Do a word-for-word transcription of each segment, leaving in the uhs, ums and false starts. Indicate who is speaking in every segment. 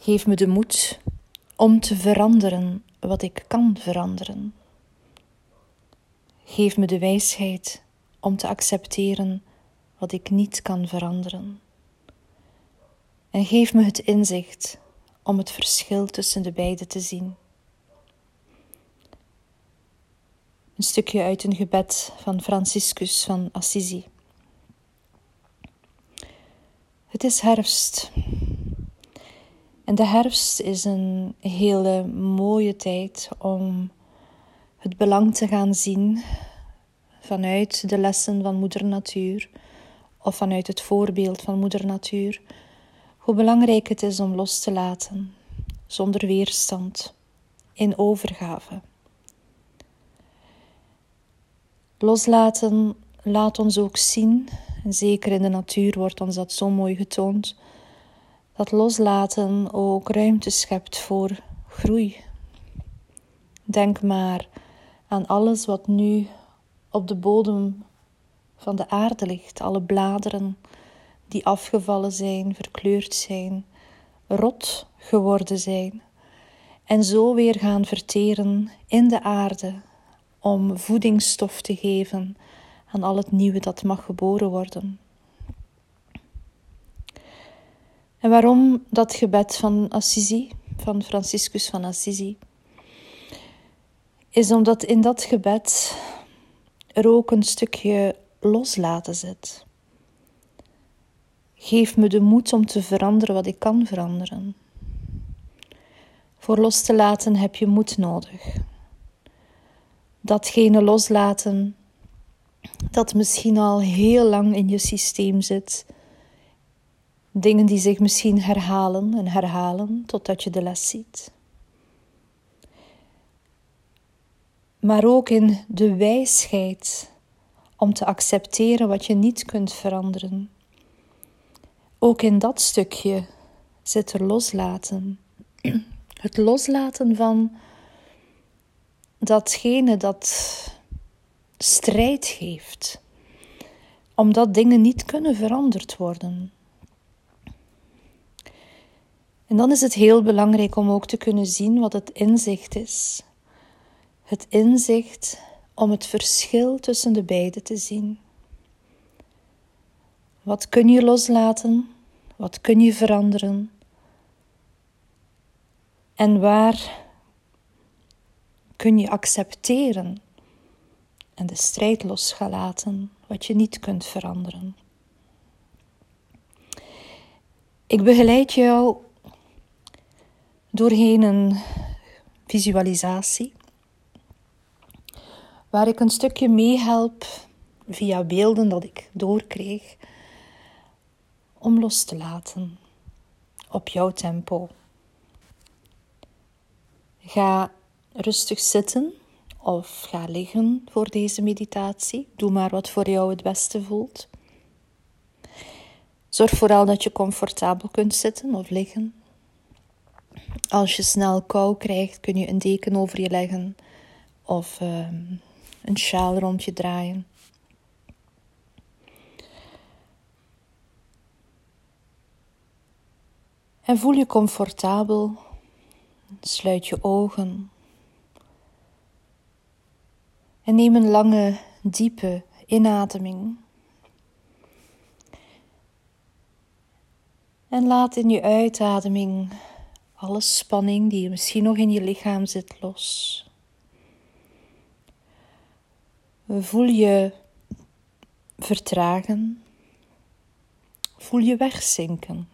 Speaker 1: Geef me de moed om te veranderen wat ik kan veranderen. Geef me de wijsheid om te accepteren wat ik niet kan veranderen. En geef me het inzicht om het verschil tussen de beide te zien. Een stukje uit een gebed van Franciscus van Assisi. Het is herfst. En de herfst is een hele mooie tijd om het belang te gaan zien vanuit de lessen van Moeder Natuur of vanuit het voorbeeld van Moeder Natuur. Hoe belangrijk het is om los te laten, zonder weerstand, in overgave. Loslaten laat ons ook zien, en zeker in de natuur wordt ons dat zo mooi getoond, dat loslaten ook ruimte schept voor groei. Denk maar aan alles wat nu op de bodem van de aarde ligt, alle bladeren die afgevallen zijn, verkleurd zijn, rot geworden zijn en zo weer gaan verteren in de aarde om voedingsstof te geven aan al het nieuwe dat mag geboren worden. En waarom dat gebed van Assisi, van Franciscus van Assisi, is omdat in dat gebed er ook een stukje loslaten zit. Geef me de moed om te veranderen wat ik kan veranderen. Voor los te laten heb je moed nodig. Datgene loslaten dat misschien al heel lang in je systeem zit. Dingen die zich misschien herhalen en herhalen totdat je de les ziet. Maar ook in de wijsheid om te accepteren wat je niet kunt veranderen. Ook in dat stukje zit er loslaten. Het loslaten van datgene dat strijd geeft. Omdat dingen niet kunnen veranderd worden. En dan is het heel belangrijk om ook te kunnen zien wat het inzicht is. Het inzicht om het verschil tussen de beide te zien. Wat kun je loslaten? Wat kun je veranderen? En waar kun je accepteren en de strijd los gaan laten wat je niet kunt veranderen? Ik begeleid jou doorheen een visualisatie, waar ik een stukje meehelp via beelden dat ik doorkreeg, om los te laten op jouw tempo. Ga rustig zitten of ga liggen voor deze meditatie. Doe maar wat voor jou het beste voelt. Zorg vooral dat je comfortabel kunt zitten of liggen. Als je snel kou krijgt, kun je een deken over je leggen of uh, een sjaal rond je draaien. En voel je comfortabel. Sluit je ogen. En neem een lange, diepe inademing. En laat in je uitademing alle spanning die misschien nog in je lichaam zit los. Voel je vertragen. Voel je wegzinken.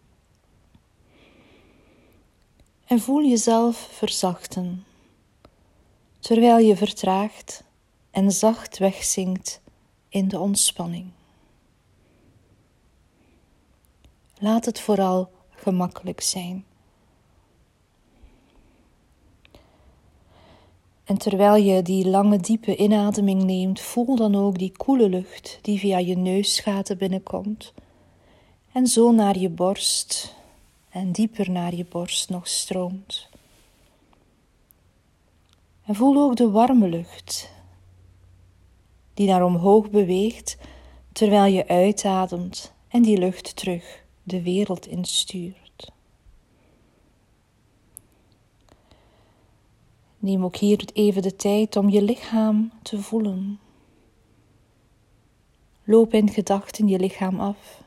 Speaker 1: En voel jezelf verzachten, terwijl je vertraagt en zacht wegzinkt in de ontspanning. Laat het vooral gemakkelijk zijn. En terwijl je die lange diepe inademing neemt, voel dan ook die koele lucht die via je neusgaten binnenkomt en zo naar je borst en dieper naar je borst nog stroomt. En voel ook de warme lucht die naar omhoog beweegt terwijl je uitademt en die lucht terug de wereld instuurt. Neem ook hier even de tijd om je lichaam te voelen. Loop in gedachten je lichaam af.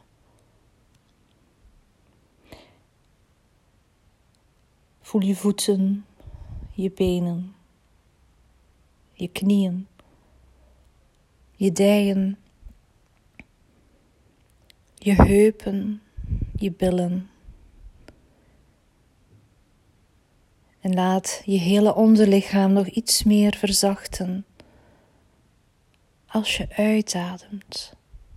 Speaker 1: Voel je voeten, je benen, je knieën, je dijen, je heupen, je billen. En laat je hele onderlichaam nog iets meer verzachten als je uitademt.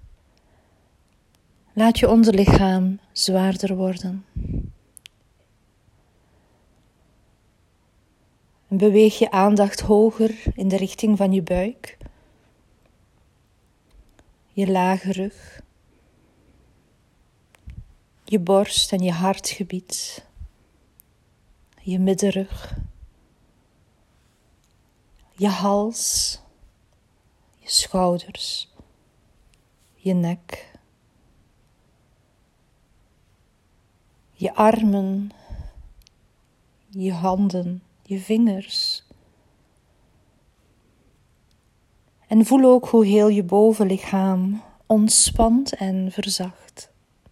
Speaker 1: Laat je onderlichaam zwaarder worden. En beweeg je aandacht hoger in de richting van je buik, je lage rug, je borst en je hartgebied, je middenrug, je hals, je schouders, je nek, je armen, je handen, je vingers. En voel ook hoe heel je bovenlichaam ontspant en verzacht.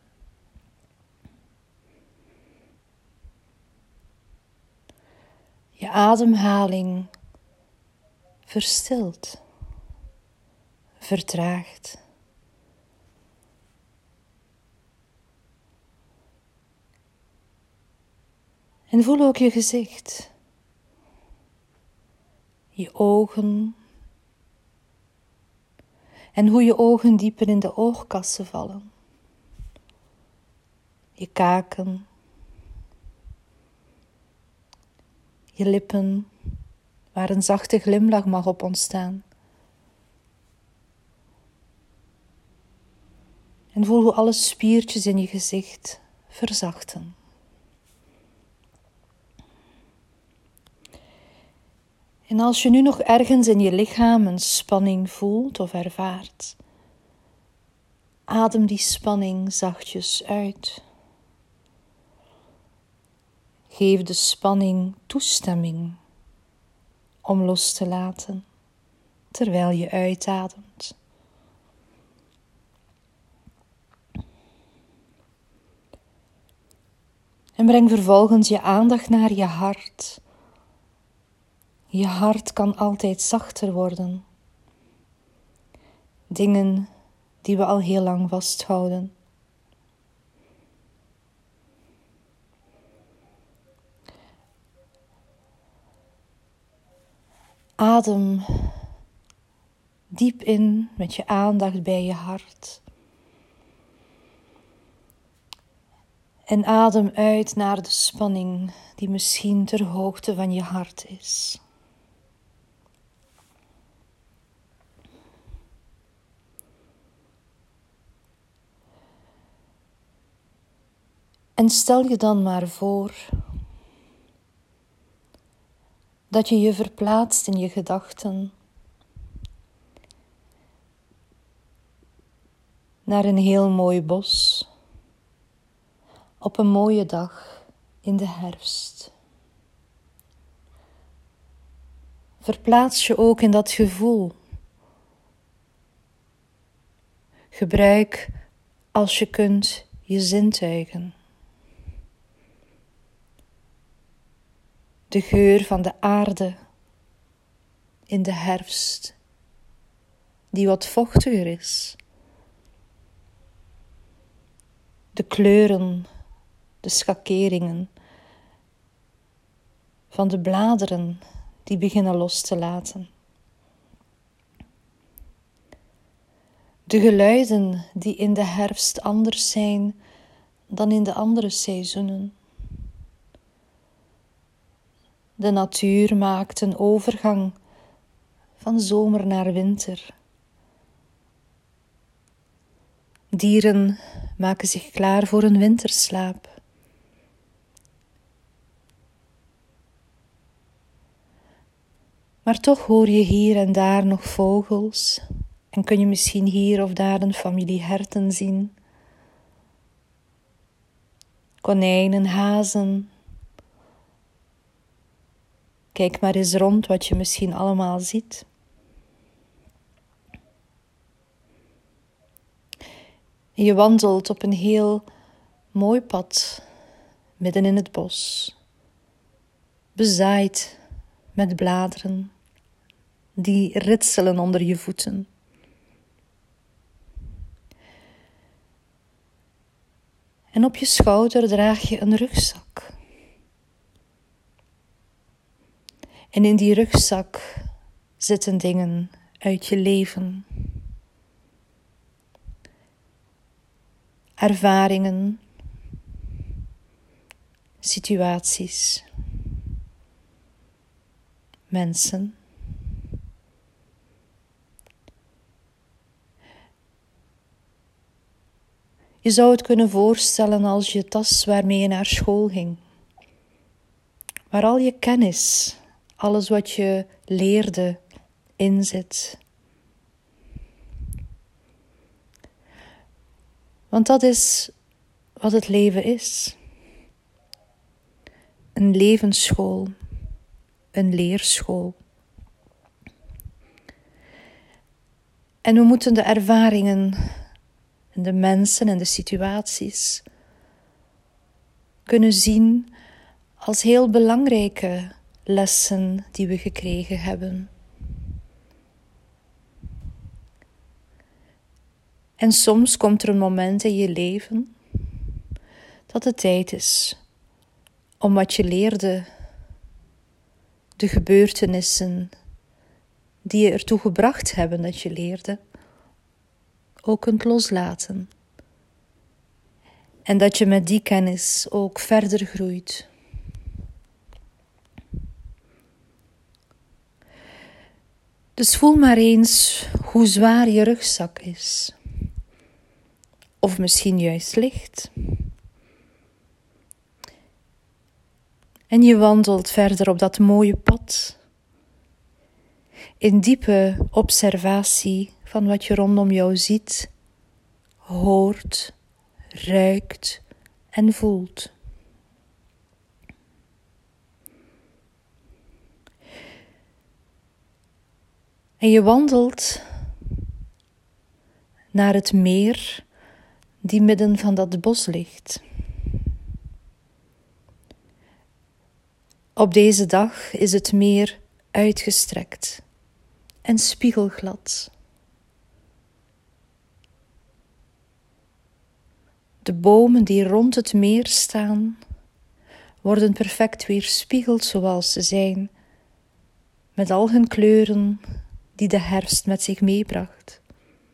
Speaker 1: Je ademhaling verstilt, vertraagt. En voel ook je gezicht, je ogen en hoe je ogen dieper in de oogkassen vallen. Je kaken, je lippen, waar een zachte glimlach mag op ontstaan. En voel hoe alle spiertjes in je gezicht verzachten. En als je nu nog ergens in je lichaam een spanning voelt of ervaart, adem die spanning zachtjes uit. Geef de spanning toestemming om los te laten, terwijl je uitademt. En breng vervolgens je aandacht naar je hart. Je hart kan altijd zachter worden. Dingen die we al heel lang vasthouden. Adem diep in met je aandacht bij je hart. En adem uit naar de spanning die misschien ter hoogte van je hart is. En stel je dan maar voor dat je je verplaatst in je gedachten naar een heel mooi bos op een mooie dag in de herfst. Verplaats je ook in dat gevoel. Gebruik als je kunt je zintuigen. De geur van de aarde in de herfst, die wat vochtiger is. De kleuren, de schakeringen van de bladeren die beginnen los te laten. De geluiden die in de herfst anders zijn dan in de andere seizoenen. De natuur maakt een overgang van zomer naar winter. Dieren maken zich klaar voor een winterslaap. Maar toch hoor je hier en daar nog vogels en kun je misschien hier of daar een familie herten zien. Konijnen, hazen. Kijk maar eens rond wat je misschien allemaal ziet. Je wandelt op een heel mooi pad midden in het bos, bezaaid met bladeren die ritselen onder je voeten. En op je schouder draag je een rugzak. En in die rugzak zitten dingen uit je leven. Ervaringen, situaties, mensen. Je zou het kunnen voorstellen als je tas waarmee je naar school ging. Waar al je kennis, alles wat je leerde, in zit. Want dat is wat het leven is. Een levensschool, een leerschool. En we moeten de ervaringen en de mensen en de situaties kunnen zien als heel belangrijke lessen die we gekregen hebben. En soms komt er een moment in je leven dat het tijd is om wat je leerde, de gebeurtenissen die je ertoe gebracht hebben dat je leerde, ook kunt loslaten. En dat je met die kennis ook verder groeit. Dus voel maar eens hoe zwaar je rugzak is. Of misschien juist licht. En je wandelt verder op dat mooie pad. In diepe observatie van wat je rondom jou ziet, hoort, ruikt en voelt. En je wandelt naar het meer die midden van dat bos ligt. Op deze dag is het meer uitgestrekt en spiegelglad. De bomen die rond het meer staan, worden perfect weerspiegeld zoals ze zijn, met al hun kleuren die de herfst met zich meebracht.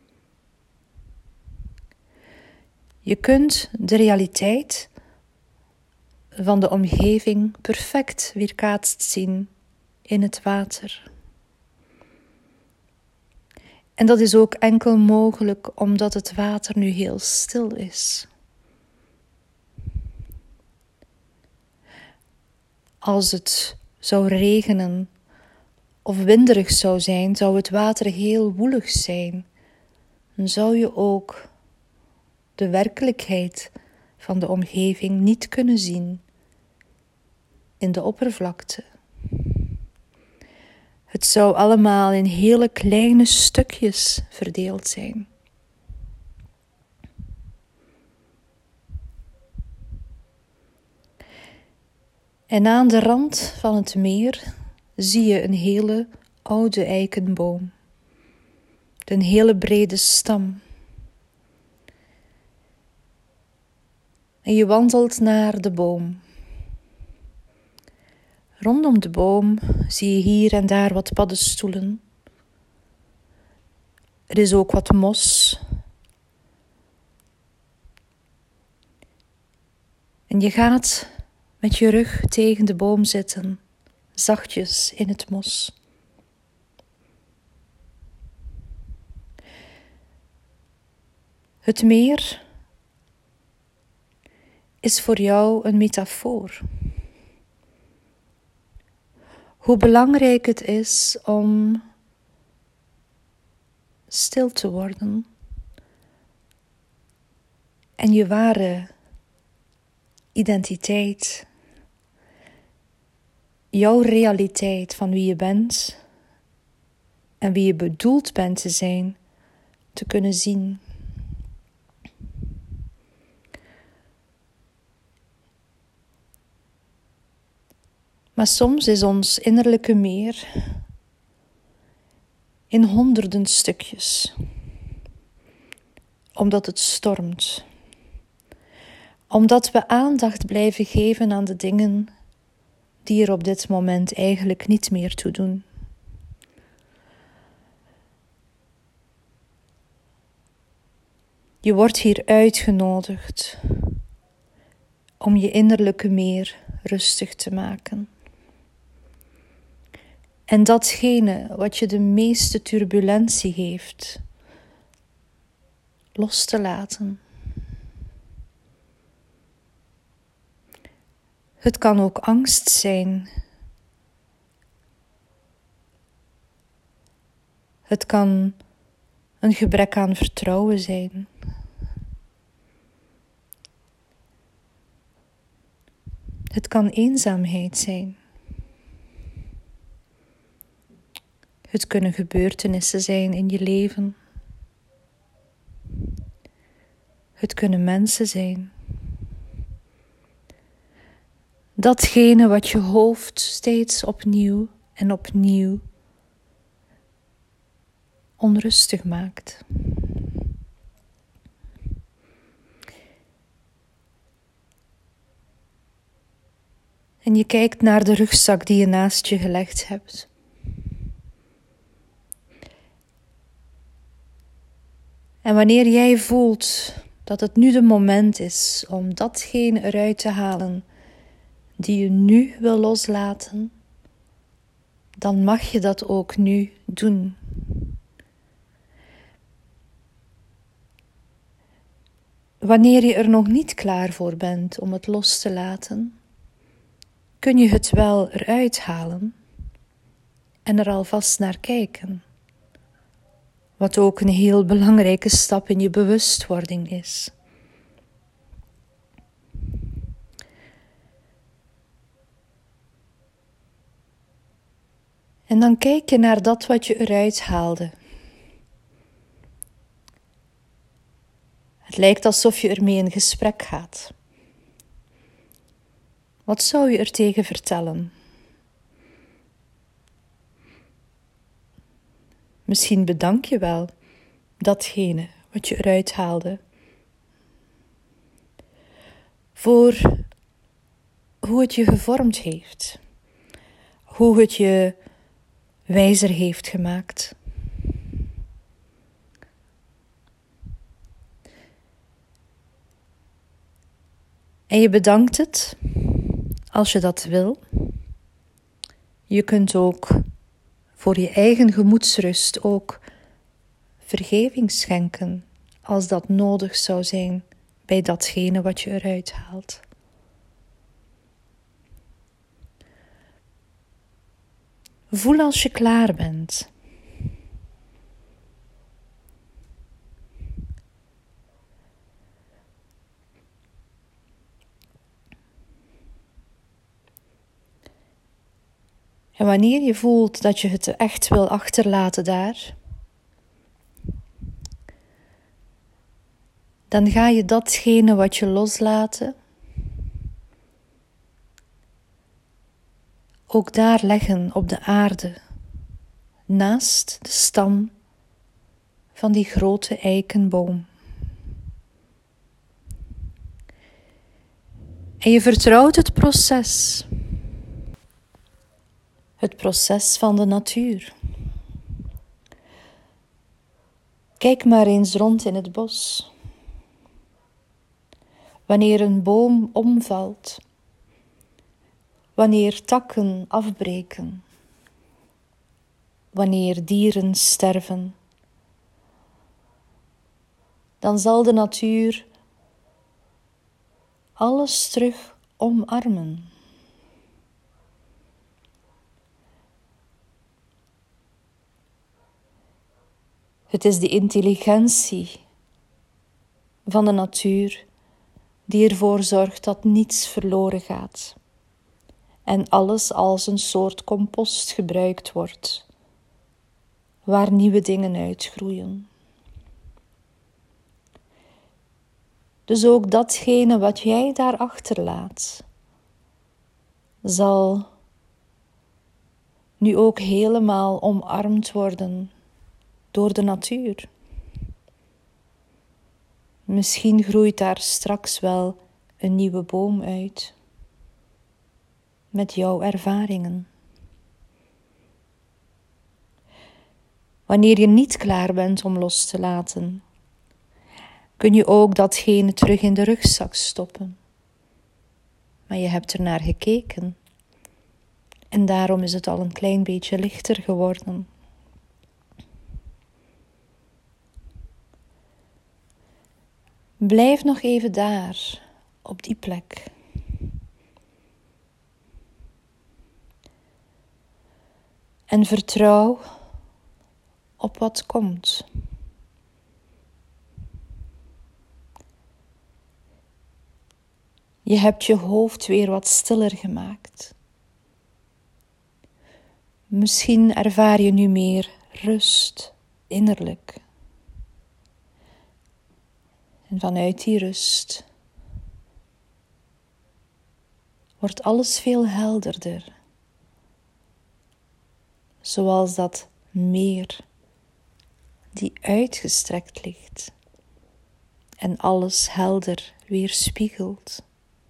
Speaker 1: Je kunt de realiteit van de omgeving perfect weerkaatst zien in het water. En dat is ook enkel mogelijk omdat het water nu heel stil is. Als het zou regenen of winderig zou zijn, zou het water heel woelig zijn. Dan zou je ook de werkelijkheid van de omgeving niet kunnen zien in de oppervlakte. Het zou allemaal in hele kleine stukjes verdeeld zijn. En aan de rand van het meer zie je een hele oude eikenboom. Een hele brede stam. En je wandelt naar de boom. Rondom de boom zie je hier en daar wat paddenstoelen. Er is ook wat mos. En je gaat met je rug tegen de boom zitten, zachtjes in het mos. Het meer is voor jou een metafoor. Hoe belangrijk het is om stil te worden en je ware identiteit, jouw realiteit van wie je bent en wie je bedoeld bent te zijn, te kunnen zien. Maar soms is ons innerlijke meer in honderden stukjes, omdat het stormt. Omdat we aandacht blijven geven aan de dingen die er op dit moment eigenlijk niet meer toe doen. Je wordt hier uitgenodigd om je innerlijke meer rustig te maken. En datgene wat je de meeste turbulentie geeft, los te laten. Het kan ook angst zijn. Het kan een gebrek aan vertrouwen zijn. Het kan eenzaamheid zijn. Het kunnen gebeurtenissen zijn in je leven. Het kunnen mensen zijn. Datgene wat je hoofd steeds opnieuw en opnieuw onrustig maakt. En je kijkt naar de rugzak die je naast je gelegd hebt. En wanneer jij voelt dat het nu de moment is om datgene eruit te halen die je nu wil loslaten, dan mag je dat ook nu doen. Wanneer je er nog niet klaar voor bent om het los te laten, kun je het wel eruit halen en er alvast naar kijken. Wat ook een heel belangrijke stap in je bewustwording is. En dan kijk je naar dat wat je eruit haalde. Het lijkt alsof je ermee in gesprek gaat. Wat zou je er tegen vertellen? Misschien bedank je wel datgene wat je eruit haalde. Voor hoe het je gevormd heeft. Hoe het je wijzer heeft gemaakt. En je bedankt het als je dat wil. Je kunt ook voor je eigen gemoedsrust ook vergeving schenken als dat nodig zou zijn bij datgene wat je eruit haalt. Voel als je klaar bent. En wanneer je voelt dat je het echt wil achterlaten daar, dan ga je datgene wat je loslaten ook daar leggen op de aarde, naast de stam van die grote eikenboom. En je vertrouwt het proces. Het proces van de natuur. Kijk maar eens rond in het bos. Wanneer een boom omvalt, wanneer takken afbreken, wanneer dieren sterven, dan zal de natuur alles terug omarmen. Het is de intelligentie van de natuur die ervoor zorgt dat niets verloren gaat. en alles als een soort compost gebruikt wordt, waar nieuwe dingen uitgroeien. Dus ook datgene wat jij daar achterlaat, zal nu ook helemaal omarmd worden door de natuur. Misschien groeit daar straks wel een nieuwe boom uit, met jouw ervaringen. Wanneer je niet klaar bent om los te laten, kun je ook datgene terug in de rugzak stoppen. Maar je hebt er naar gekeken en daarom is het al een klein beetje lichter geworden. Blijf nog even daar, op die plek. En vertrouw op wat komt. Je hebt je hoofd weer wat stiller gemaakt. Misschien ervaar je nu meer rust innerlijk. En vanuit die rust wordt alles veel helderder. Zoals dat meer die uitgestrekt ligt en alles helder weerspiegelt.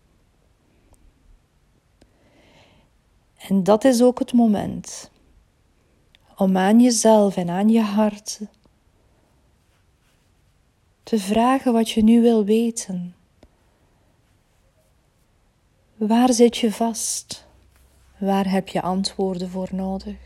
Speaker 1: En dat is ook het moment om aan jezelf en aan je hart te vragen wat je nu wil weten. Waar zit je vast? Waar heb je antwoorden voor nodig?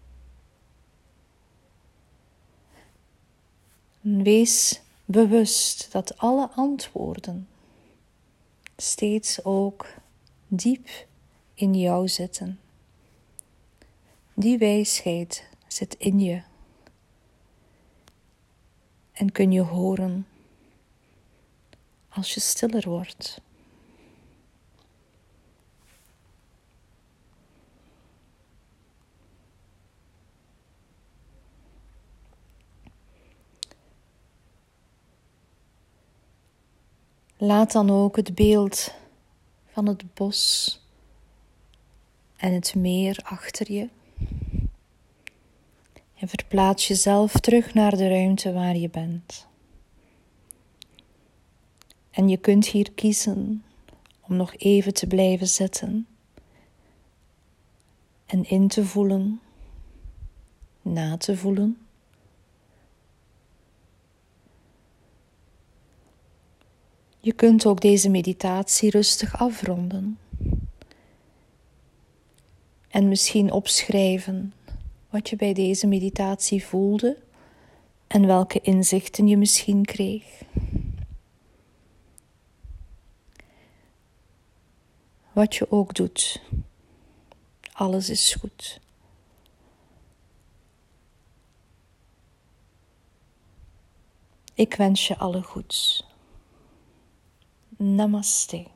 Speaker 1: Wees bewust dat alle antwoorden steeds ook diep in jou zitten. Die wijsheid zit in je. En kun je horen als je stiller wordt. Laat dan ook het beeld van het bos en het meer achter je. En verplaats jezelf terug naar de ruimte waar je bent. En je kunt hier kiezen om nog even te blijven zitten en in te voelen, na te voelen. Je kunt ook deze meditatie rustig afronden en misschien opschrijven wat je bij deze meditatie voelde en welke inzichten je misschien kreeg. Wat je ook doet, alles is goed. Ik wens je alle goeds. Namaste.